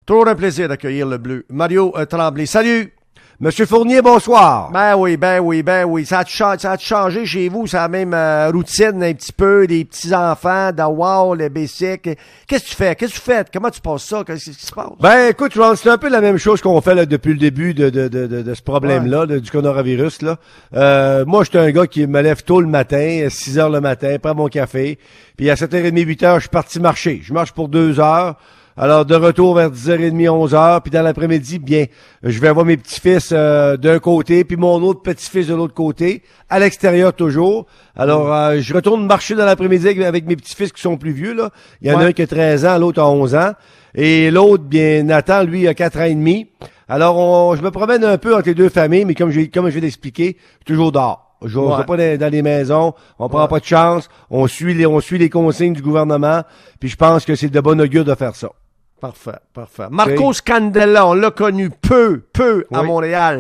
Toujours un plaisir d'accueillir le Bleu. Mario Tremblay, salut! Monsieur Fournier, bonsoir. Ben oui. Ça a changé chez vous, ça a même routine un petit peu, des petits-enfants, wow, les basics. Qu'est-ce que tu fais? Comment tu passes ça? Qu'est-ce qui se passe? Ben, écoute, Ron, c'est un peu la même chose qu'on fait là, depuis le début de ce problème-là, du coronavirus, là. Moi, je suis un gars qui me lève tôt le matin, 6 heures le matin, prends mon café, puis à 7h30, 8h, je suis parti marcher. Je marche pour 2 heures. Alors, de retour vers 10h30, 11h, puis dans l'après-midi, bien, je vais avoir mes petits-fils d'un côté, puis mon autre petit-fils de l'autre côté, à l'extérieur toujours. Alors, je retourne marcher dans l'après-midi avec mes petits-fils qui sont plus vieux, là. Il y en a un qui a 13 ans, l'autre a 11 ans. Et l'autre, bien, Nathan, lui, a 4 ans et demi. Alors, je me promène un peu entre les deux familles, mais comme je vais t'expliquer, toujours dehors. Je vais pas dans les maisons, on prend pas de chance, on suit les consignes du gouvernement, puis je pense que c'est de bon augure de faire ça. Parfait. Marco Scandella, on l'a connu peu à Montréal.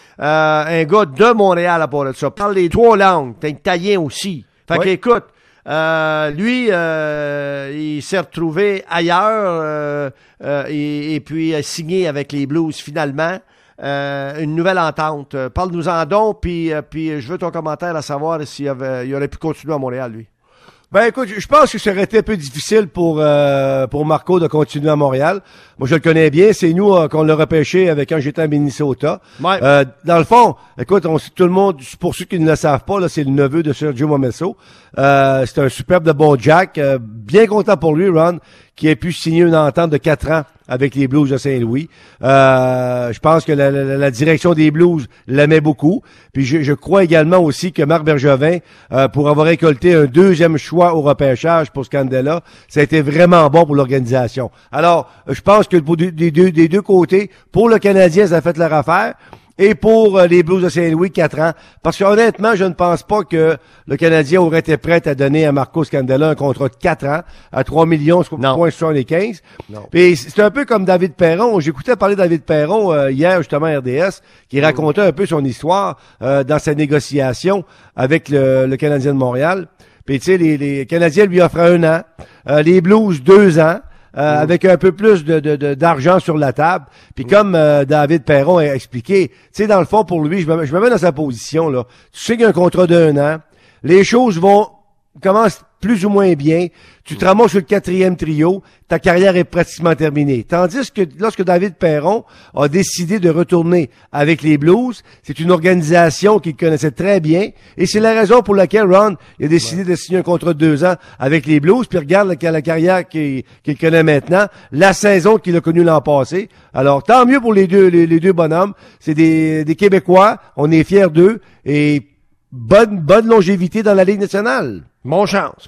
Un gars de Montréal à part de ça. Parle les 3 langues. T'es italien aussi. Fait qu'écoute, lui, il s'est retrouvé ailleurs et puis signé avec les Blues finalement. Une nouvelle entente. Parle-nous-en donc, puis je veux ton commentaire à savoir s'il aurait pu continuer à Montréal, lui. Ben écoute, je pense que ça aurait été un peu difficile pour Marco de continuer à Montréal. Moi, je le connais bien. C'est nous qu'on l'a repêché avec quand j'étais à Minnesota. Ouais. Dans le fond, écoute, tout le monde, pour ceux qui ne le savent pas, là, c'est le neveu de Sergio Momesso. C'est un superbe de bon Jack. Bien content pour lui, Ron, qui a pu signer une entente de 4 ans avec les Blues de Saint-Louis. Je pense que la direction des Blues l'aimait beaucoup. Puis je crois également aussi que Marc Bergevin, pour avoir récolté un 2e choix au repêchage pour Scandella, ça a été vraiment bon pour l'organisation. Alors, je pense que des deux côtés, pour le Canadien, ça a fait leur affaire. Et pour les Blues de Saint-Louis, 4 ans. Parce que honnêtement, je ne pense pas que le Canadien aurait été prêt à donner à Marco Scandella un contrat de 4 ans à 3 millions, 75. Puis c'est un peu comme David Perron. J'écoutais parler de David Perron hier, justement, à RDS, qui racontait un peu son histoire dans sa négociation avec le Canadien de Montréal. Puis tu sais, les Canadiens lui offrent 1 an, les Blues 2 ans. Avec un peu plus d'argent sur la table. Puis comme David Perron a expliqué, tu sais, dans le fond, pour lui, je me mets dans sa position, là. Tu sais qu'il y a un contrat d'1 an. Les choses commencent plus ou moins bien. Tu te ramasses sur le 4e trio. Ta carrière est pratiquement terminée. Tandis que lorsque David Perron a décidé de retourner avec les Blues, c'est une organisation qu'il connaissait très bien. Et c'est la raison pour laquelle Ron il a décidé de signer un contrat de 2 ans avec les Blues. Puis regarde la carrière qu'il connaît maintenant, la saison qu'il a connue l'an passé. Alors, tant mieux pour les deux bonhommes. C'est des Québécois. On est fiers d'eux. Et bonne longévité dans la Ligue nationale. Bon chance.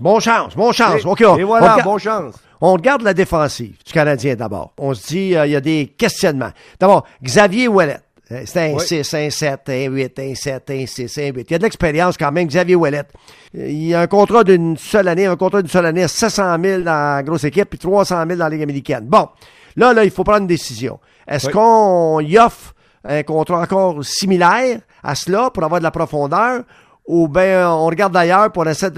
OK, et voilà, bon chance. On regarde la défensive du Canadien d'abord. On se dit, il y a des questionnements. D'abord, Xavier Ouellet. C'est un 6, un 7, un 8, un 7, un 6, un 8. Il y a de l'expérience quand même, Xavier Ouellet. Il a un contrat d'une seule année à 700 000 dans la grosse équipe puis 300 000 dans la Ligue américaine. Bon, là, il faut prendre une décision. Est-ce qu'on y offre un contrat encore similaire à cela pour avoir de la profondeur? Ou bien on regarde d'ailleurs pour essayer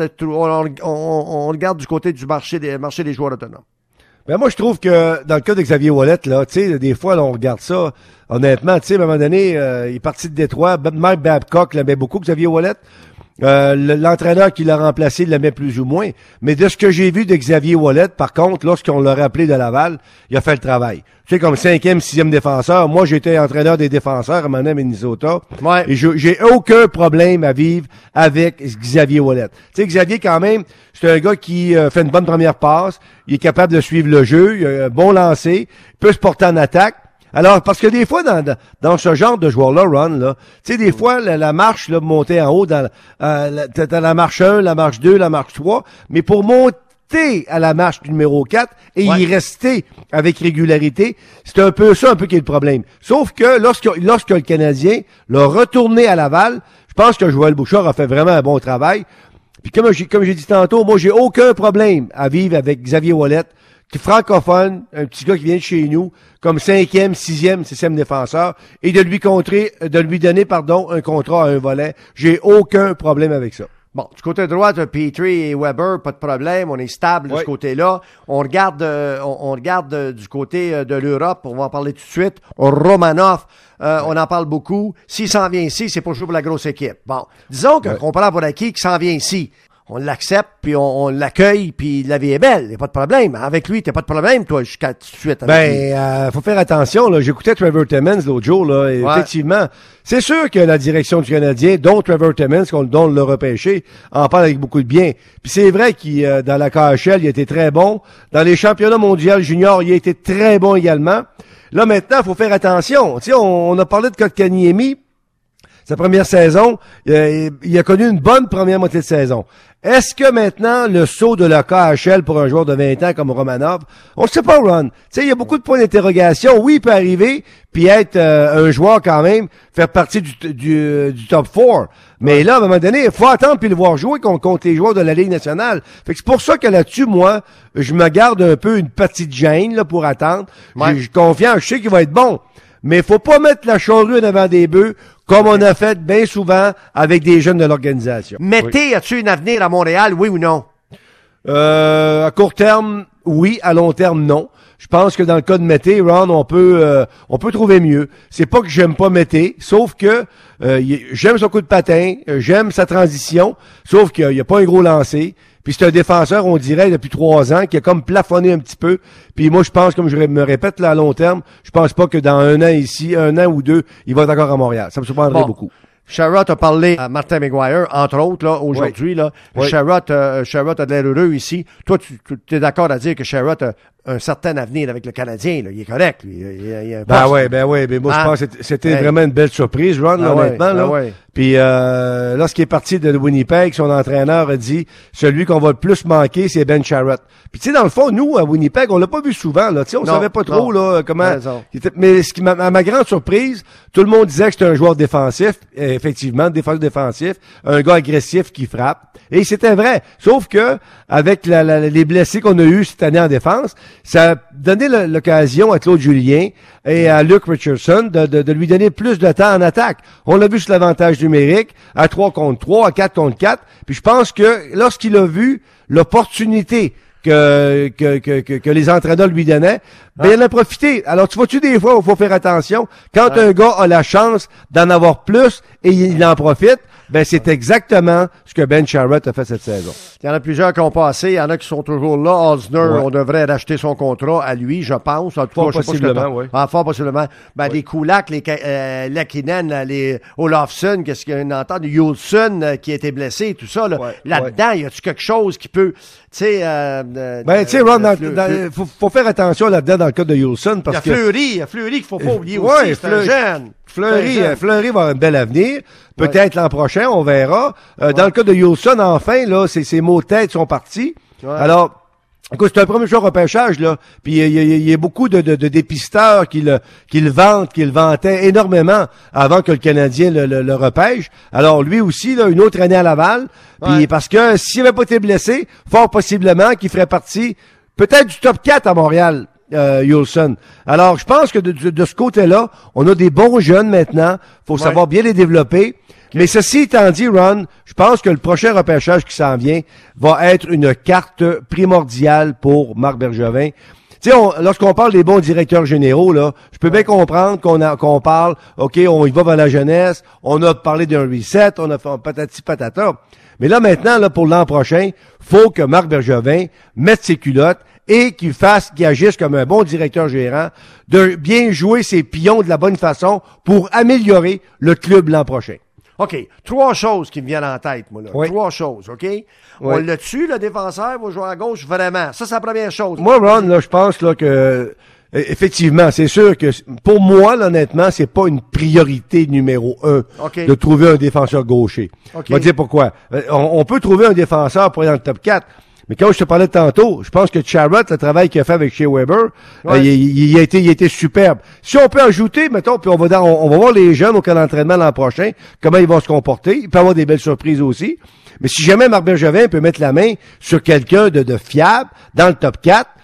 on regarde du côté du marché des joueurs autonomes. Ben moi je trouve que dans le cas de Xavier Ouellet, là, tu sais, des fois là, on regarde ça, honnêtement, tu sais, à un moment donné, il est parti de Détroit, Mike Babcock l'aimait beaucoup, Xavier Ouellet. L'entraîneur qui l'a remplacé l'aimait plus ou moins. Mais de ce que j'ai vu de Xavier Ouellet, par contre, lorsqu'on l'a rappelé de Laval, il a fait le travail. Tu sais, comme 5e, 6e défenseur, moi j'étais entraîneur des défenseurs à mon à Minnesota. Ouais. Et j'ai aucun problème à vivre avec Xavier Ouellet. Tu sais, Xavier, quand même, c'est un gars qui fait une bonne première passe, il est capable de suivre le jeu, il a un bon lancer, il peut se porter en attaque. Alors, parce que des fois, dans ce genre de joueur-là, Ron, là, tu sais, des fois, la marche, là, monter en haut, t'as la marche 1, la marche 2, la marche 3, mais pour monter à la marche numéro 4 et y rester avec régularité, c'est un peu ça, qui est le problème. Sauf que lorsque le Canadien l'a retourné à Laval, je pense que Joël Bouchard a fait vraiment un bon travail. Puis comme j'ai dit tantôt, moi, j'ai aucun problème à vivre avec Xavier Ouellet, qui est francophone, un petit gars qui vient de chez nous, comme 5e, 6e, 6e défenseur, et de lui donner un contrat à un volet. J'ai aucun problème avec ça. Bon, du côté droit, tu as Petrie et Weber, pas de problème, on est stable de ce côté-là. On regarde du côté de l'Europe, on va en parler tout de suite. Romanov, on en parle beaucoup. S'il s'en vient ici, c'est pour jouer pour la grosse équipe. Bon, disons qu'on prend pour acquis qu'il s'en vient ici. On l'accepte, puis on l'accueille, puis la vie est belle. Il n'y a pas de problème. Avec lui, t'as pas de problème, toi, jusqu'à tout de suite. Faut faire attention, là. J'écoutais Trevor Timmons l'autre jour, là. Et effectivement, c'est sûr que la direction du Canadien, dont Trevor Timmons, dont on l'a repêché, en parle avec beaucoup de bien. Puis c'est vrai qu'il, dans la KHL, il a été très bon. Dans les championnats mondiaux juniors, il a été très bon également. Là, maintenant, il faut faire attention. Tu sais, on a parlé de Kotkaniemi. Sa première saison, il a connu une bonne première moitié de saison. Est-ce que maintenant, le saut de la KHL pour un joueur de 20 ans comme Romanov, on ne sait pas, Ron. Tu sais, il y a beaucoup de points d'interrogation. Oui, il peut arriver, puis être un joueur quand même, faire partie du top 4. Mais là, à un moment donné, il faut attendre puis le voir jouer contre les joueurs de la Ligue nationale. Fait que c'est pour ça que là-dessus, moi, je me garde un peu une petite gêne là pour attendre. Je suis confiant, je sais qu'il va être bon. Mais faut pas mettre la charrue devant des bœufs, comme on a fait bien souvent avec des jeunes de l'organisation. Mété, as-tu un avenir à Montréal, oui ou non? À court terme, oui. À long terme, non. Je pense que dans le cas de Mété, Ron, on peut trouver mieux. C'est pas que j'aime pas Mété, sauf que j'aime son coup de patin, j'aime sa transition, sauf qu'il n'y a pas un gros lancer. Puis c'est un défenseur, on dirait, depuis 3 ans, qui a comme plafonné un petit peu. Puis moi, je pense, comme je me répète là à long terme, je pense pas que dans un an ou deux, il va être encore à Montréal. Ça me surprendrait beaucoup. Sherrod a parlé à Martin McGuire, entre autres, là, aujourd'hui, là. Sherrod a de l'air heureux ici. Toi, tu es d'accord à dire que Sherrod a un certain avenir avec le Canadien, là. Il est correct, lui. Il a un poste. Ben ouais. Mais moi, je pense que c'était vraiment une belle surprise, Ron, honnêtement, là. Puis, lorsqu'il est parti de Winnipeg, son entraîneur a dit, celui qu'on va le plus manquer, c'est Ben Sherratt. Puis, tu sais, dans le fond, nous, à Winnipeg, on l'a pas vu souvent, là. Tu sais, on savait pas trop, là, comment. Mais à ma grande surprise, tout le monde disait que c'était un joueur défensif, effectivement, défensif, un gars agressif qui frappe. Et c'était vrai. Sauf que, avec les blessés qu'on a eus cette année en défense, ça a donné l'occasion à Claude Julien et à Luke Richardson de lui donner plus de temps en attaque. On l'a vu sur l'avantage numérique, à 3 contre 3, à 4 contre 4. Puis je pense que lorsqu'il a vu l'opportunité que les entraîneurs lui donnaient, ben il en a profité. Alors tu vois-tu des fois où il faut faire attention, quand un gars a la chance d'en avoir plus et il en profite, ben c'est exactement ce que Ben Sherratt a fait cette saison. Il y en a plusieurs qui ont passé, il y en a qui sont toujours là. Osner, on devrait racheter son contrat à lui, je pense. En tout cas, fort possiblement. Ben, les Kulak, les Lakinen, les Olofsson, qu'est-ce qu'il y a une entente, Yulson qui a été blessé, tout ça, là. Là-dedans, y a-tu quelque chose qui peut, tu sais, tu sais, Ron, faut faire attention là-dedans dans le cas de Yulson parce que. Il y a Fleury qu'il faut pas oublier aussi, c'est un jeune. Fleury va avoir un bel avenir. Peut-être l'an prochain, on verra. Dans le cas de Yulson, enfin, là, ses mots de tête sont partis. Alors, écoute, c'est un premier choix repêchage, là. Puis il y a beaucoup de dépisteurs qui le vantaient énormément avant que le Canadien le repêche. Alors, lui aussi, là, une autre année à Laval. Puis parce que s'il n'avait pas été blessé, fort possiblement qu'il ferait partie peut-être du top 4 à Montréal. Yulson. Alors, je pense que de ce côté-là, on a des bons jeunes maintenant. Faut savoir bien les développer. Mais ceci étant dit, Ron, je pense que le prochain repêchage qui s'en vient va être une carte primordiale pour Marc Bergevin. Tu sais, lorsqu'on parle des bons directeurs généraux, là, je peux bien comprendre qu'on parle, OK, on y va vers la jeunesse, on a parlé d'un reset, on a fait patati patata. Mais là, maintenant, là, pour l'an prochain, faut que Marc Bergevin mette ses culottes et qu'il agisse comme un bon directeur gérant, de bien jouer ses pions de la bonne façon pour améliorer le club l'an prochain. OK. 3 choses qui me viennent en tête, moi, là. 3 choses, OK? On l'a tue, le défenseur va jouer à gauche, vraiment. Ça, c'est la première chose. Moi, Ron, là, je pense, là, que, effectivement, c'est sûr que, pour moi, là, honnêtement, c'est pas une priorité numéro 1 de trouver un défenseur gaucher. Je vais te dire pourquoi. On peut trouver un défenseur pour aller dans le top 4. Mais quand je te parlais tantôt, je pense que Sherratt, le travail qu'il a fait avec Shea Weber, il a été superbe. Si on peut ajouter, mettons, puis on va voir les jeunes au camp d'entraînement l'an prochain, comment ils vont se comporter. Il peut avoir des belles surprises aussi. Mais si jamais Marc Bergevin peut mettre la main sur quelqu'un de fiable dans le top 4,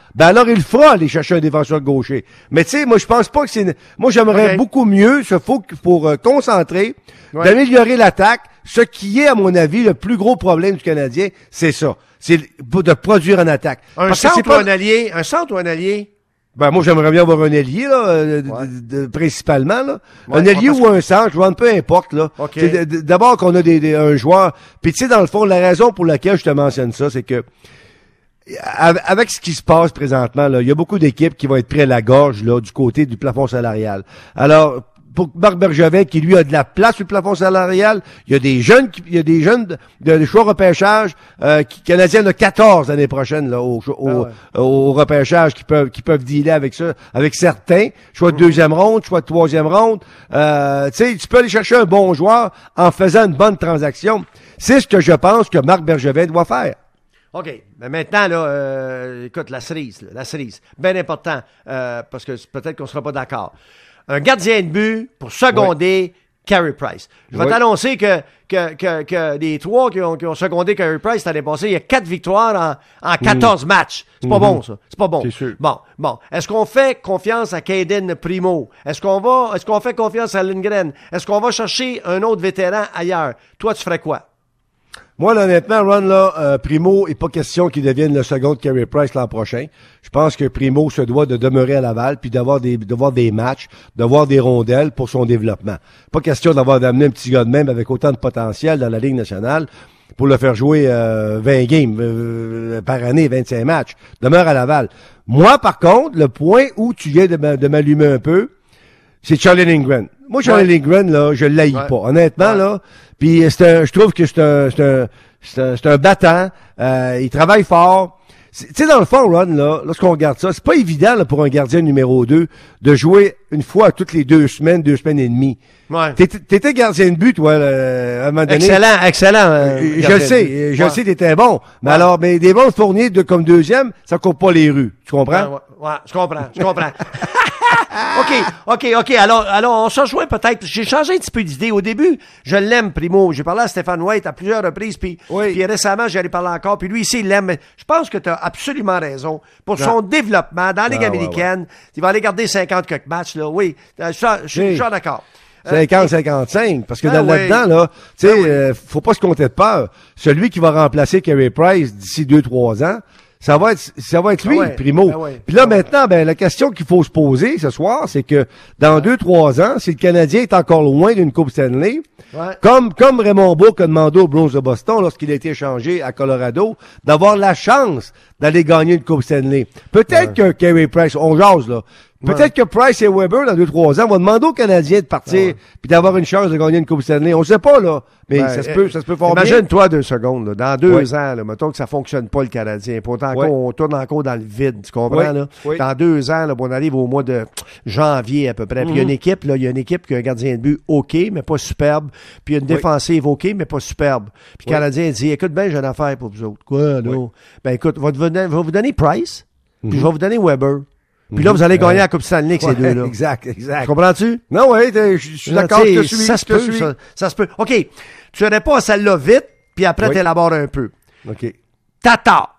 ben alors il fera aller chercher un défenseur gaucher. Mais tu sais, moi je pense pas que c'est... Moi j'aimerais beaucoup mieux pour concentrer, d'améliorer l'attaque. Ce qui est, à mon avis, le plus gros problème du Canadien, c'est ça. C'est de produire en attaque. Un centre ou un allié? Un centre ou un allié? Ben, moi, j'aimerais bien avoir un ailier, là, principalement, là. Un ailier ou un centre, peu importe, là. Okay. D'abord qu'on a un joueur. Puis, tu sais, dans le fond, la raison pour laquelle je te mentionne ça, c'est que, avec ce qui se passe présentement, là, il y a beaucoup d'équipes qui vont être près à la gorge, là, du côté du plafond salarial. Alors, pour Marc Bergevin, qui lui a de la place sur le plafond salarial, il y a des jeunes de choix repêchage, Canadiens de 14 l'année prochaine, là, au repêchage qui peuvent dealer avec ça, avec certains, choix de deuxième ronde, choix de troisième ronde, tu sais, tu peux aller chercher un bon joueur en faisant une bonne transaction. C'est ce que je pense que Marc Bergevin doit faire. OK. Mais maintenant, là, écoute, la cerise, bien important, parce que peut-être qu'on sera pas d'accord. Un gardien de but pour seconder Carey Price. Je vais t'annoncer que les trois qui ont secondé Carey Price l'année passée, il y a 4 victoires en 14 matchs. C'est pas bon, ça. C'est pas bon. C'est sûr. Bon. Est-ce qu'on fait confiance à Caden Primo? Est-ce qu'on fait confiance à Lindgren? Est-ce qu'on va chercher un autre vétéran ailleurs? Toi, tu ferais quoi? Moi, là, honnêtement, Ron, là, Primo, il n'est pas question qu'il devienne le second de Carey Price l'an prochain. Je pense que Primo se doit de demeurer à Laval, puis d'avoir des matchs, d'avoir des rondelles pour son développement. Pas question d'amener un petit gars de même avec autant de potentiel dans la Ligue nationale pour le faire jouer 20 games par année, 25 matchs. Demeure à Laval. Moi, par contre, le point où tu viens de m'allumer un peu, c'est Charlie Lindgren. Moi, Charlie Lindgren, là, je l'haïs pas. Honnêtement, là. Puis je trouve que c'est un battant. Il travaille fort. Tu sais, dans le fond, Ron, là, lorsqu'on regarde ça, c'est pas évident là, pour un gardien numéro 2 de jouer une fois toutes les 2 semaines et demie. Ouais. T'étais gardien de but, toi, à un moment donné. Excellent. Je le sais, t'étais bon. Mais alors, des bons Fournier comme deuxième, ça court pas les rues. Tu comprends? Ouais, je comprends. OK. Alors, on se rejoint peut-être. J'ai changé un petit peu d'idée. Au début, je l'aime, Primo. J'ai parlé à Stéphane White à plusieurs reprises, puis récemment, j'allais parler encore, puis lui ici, il l'aime. Je pense que tu as absolument raison. Pour son développement dans la Ligue américaine, il va aller garder 50 quelques matchs, là. Oui, je suis d'accord. 50-55, parce que là-dedans, là, tu sais, faut pas se compter de peur. Celui qui va remplacer Carey Price d'ici 2-3 ans, ça va être lui, Primo. Puis là, maintenant, la question qu'il faut se poser ce soir, c'est que dans 2-3 ans, si le Canadien est encore loin d'une Coupe Stanley, comme Raymond Bourque a demandé aux Blues de Boston lorsqu'il a été échangé à Colorado, d'avoir la chance d'aller gagner une Coupe Stanley. Peut-être que Carey Price, on jase, là. Peut-être que Price et Weber, dans 2-3 ans, vont demander aux Canadiens de partir puis d'avoir une chance de gagner une Coupe Stanley. On sait pas, là. Mais ça se peut fort bien. Imagine-toi 2 secondes, là. Dans 2 ans, là, mettons que ça fonctionne pas, le Canadien. Pourtant, on tourne encore dans le vide. Tu comprends, là? Dans 2 ans, là, on arrive au mois de janvier, à peu près. Puis il y a une équipe, là, qui a un gardien de but OK, mais pas superbe. Puis il y a une défensive OK, mais pas superbe. Puis le Canadien dit, écoute, j'ai une affaire pour vous autres. Quoi, non? Écoute, je vais vous donner Price, puis je vais vous donner Weber. Puis là, vous allez gagner la Coupe Stanley avec ces deux-là. Exact. Comprends-tu? Non, je suis d'accord, je te suis. Ça se peut. OK. Tu n'aurais pas celle-là vite, puis après, t'élabores un peu. OK. Tatar.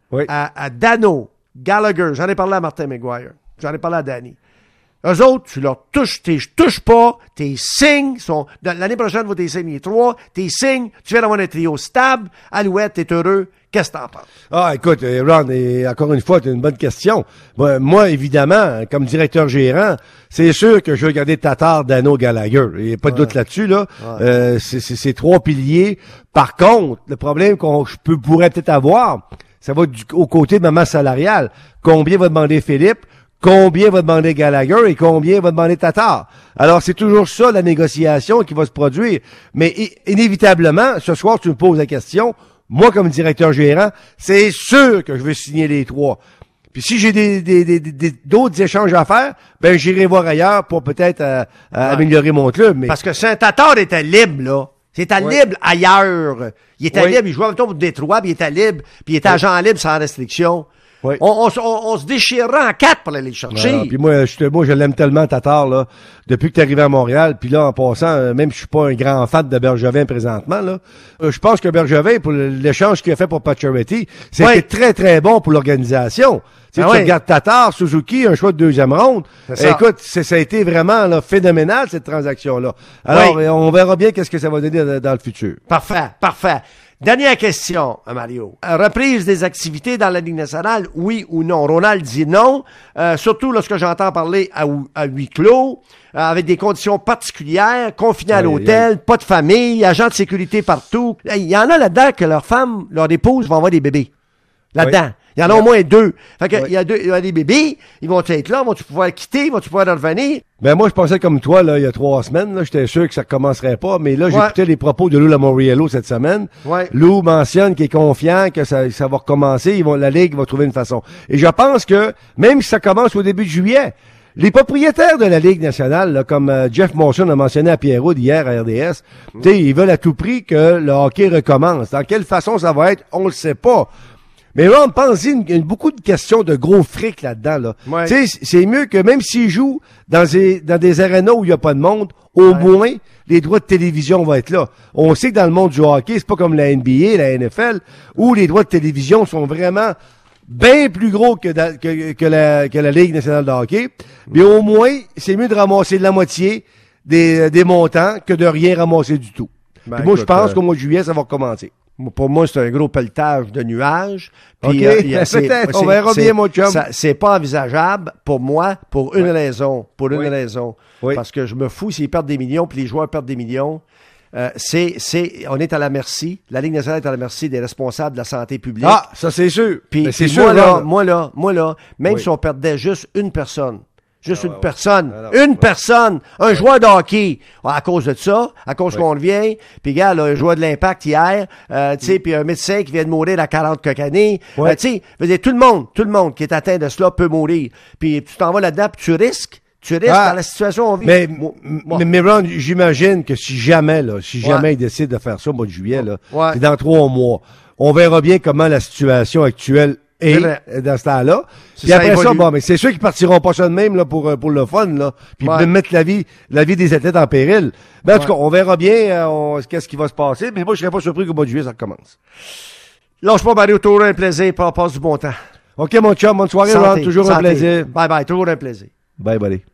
À Dano, Gallagher. J'en ai parlé à Martin McGuire. J'en ai parlé à Danny. Eux autres, tu leur touches, touches pas, tes signes sont, l'année prochaine, vous t'es signé 3, tes signes, tu viens d'avoir un trio stable, Alouette, t'es heureux. Qu'est-ce que t'en penses? Ah, écoute, Ron, et encore une fois, c'est une bonne question. Moi, évidemment, comme directeur gérant, c'est sûr que je vais garder Tatar, Dano, Gallagher. Il n'y a pas de doute là-dessus, là. C'est 3 piliers. Par contre, le problème je pourrais peut-être avoir, ça va au côté de ma masse salariale. Combien va demander Philippe? Combien va demander Gallagher et combien va demander Tatar? Alors, c'est toujours ça, la négociation qui va se produire. Mais inévitablement, ce soir, tu me poses la question. Moi, comme directeur gérant, c'est sûr que je veux signer les 3. Puis si j'ai d'autres échanges à faire, j'irai voir ailleurs pour peut-être améliorer mon club. Mais... Parce que Saint-Tatar était libre, là. C'était libre ailleurs. Il était libre, il jouait autour pour Détroit, puis il était libre, puis il était agent libre sans restriction. Oui. On se déchirerait en 4 pour aller le chercher. Puis moi, je l'aime tellement, Tatar, là, depuis que t'es arrivé à Montréal. Puis là, en passant, même si je suis pas un grand fan de Bergevin présentement, là, je pense que Bergevin, pour l'échange qu'il a fait pour Pacioretty, c'était très, très bon pour l'organisation. Tu regardes Tatar, Suzuki, un choix de deuxième ronde. Écoute, ça a été vraiment là, phénoménal, cette transaction-là. Alors, on verra bien qu'est-ce que ça va donner dans le futur. Parfait. Dernière question, Mario. Reprise des activités dans la Ligue nationale, oui ou non? Ronald dit non, surtout lorsque j'entends parler à huis clos, avec des conditions particulières, confinés à l'hôtel, pas de famille, agents de sécurité partout. Il y en a là-dedans que leurs femmes, leurs épouses vont avoir des bébés. Là-dedans. Il y en a au moins 2. Fait que il y a des bébés, ils vont être là, vont-tu pouvoir quitter, vont-tu pouvoir revenir? Ben moi, je pensais comme toi, là, il y a 3 semaines, là, j'étais sûr que ça recommencerait pas, mais là, j'écoutais les propos de Lou Lamoriello cette semaine. Lou mentionne qu'il est confiant que ça va recommencer, la Ligue va trouver une façon. Et je pense que, même si ça commence au début de juillet, les propriétaires de la Ligue nationale, là, comme Jeff Molson a mentionné à Pierrot hier à RDS, ils veulent à tout prix que le hockey recommence. Dans quelle façon ça va être, on le sait pas. Mais là, on pense il y a beaucoup de questions de gros fric là-dedans. Là. Tu sais, c'est mieux que même s'ils jouent dans des arénas où il n'y a pas de monde, au moins, les droits de télévision vont être là. On sait que dans le monde du hockey, c'est pas comme la NBA, la NFL, où les droits de télévision sont vraiment bien plus gros que la Ligue nationale de hockey. Mais au moins, c'est mieux de ramasser de la moitié des montants que de rien ramasser du tout. Moi, je pense qu'au mois de juillet, ça va recommencer. Pour moi, c'est un gros pelletage de nuages. Puis, peut-être, on verra bien, mon chum. C'est pas envisageable pour moi, pour une raison. Parce que je me fous s'ils perdent des millions, puis les joueurs perdent des millions. On est à la merci. La Ligue nationale est à la merci des responsables de la santé publique. Ah, ça c'est sûr. Puis moi là, même si on perdait juste une personne, un joueur de hockey, à cause de ça, à cause qu'on revient, puis gars, là, un joueur de l'Impact hier, tu sais, puis un médecin qui vient de mourir à 40 cocanées, tu sais, tout le monde qui est atteint de cela peut mourir. Puis tu t'en vas là-dedans, puis tu risques dans la situation où on vit. Mais Ron, j'imagine que si jamais il décide de faire ça au mois de juillet, là, c'est dans 3 mois. On verra bien comment la situation actuelle est dans ce temps-là. Puis après ça, mais c'est sûr qu'ils partiront pas ça de même là, pour le fun, là. Puis mettre la vie des athlètes en péril. Ben, en tout cas, on verra bien qu'est-ce qui va se passer. Mais moi, je serais pas surpris qu'au mois de juillet, ça recommence. Lâche pas, Mario, toujours un plaisir. Passe du bon temps. OK, mon chum, bonne soirée, Ron. Toujours un plaisir. Bye, toujours un plaisir. Bye, buddy.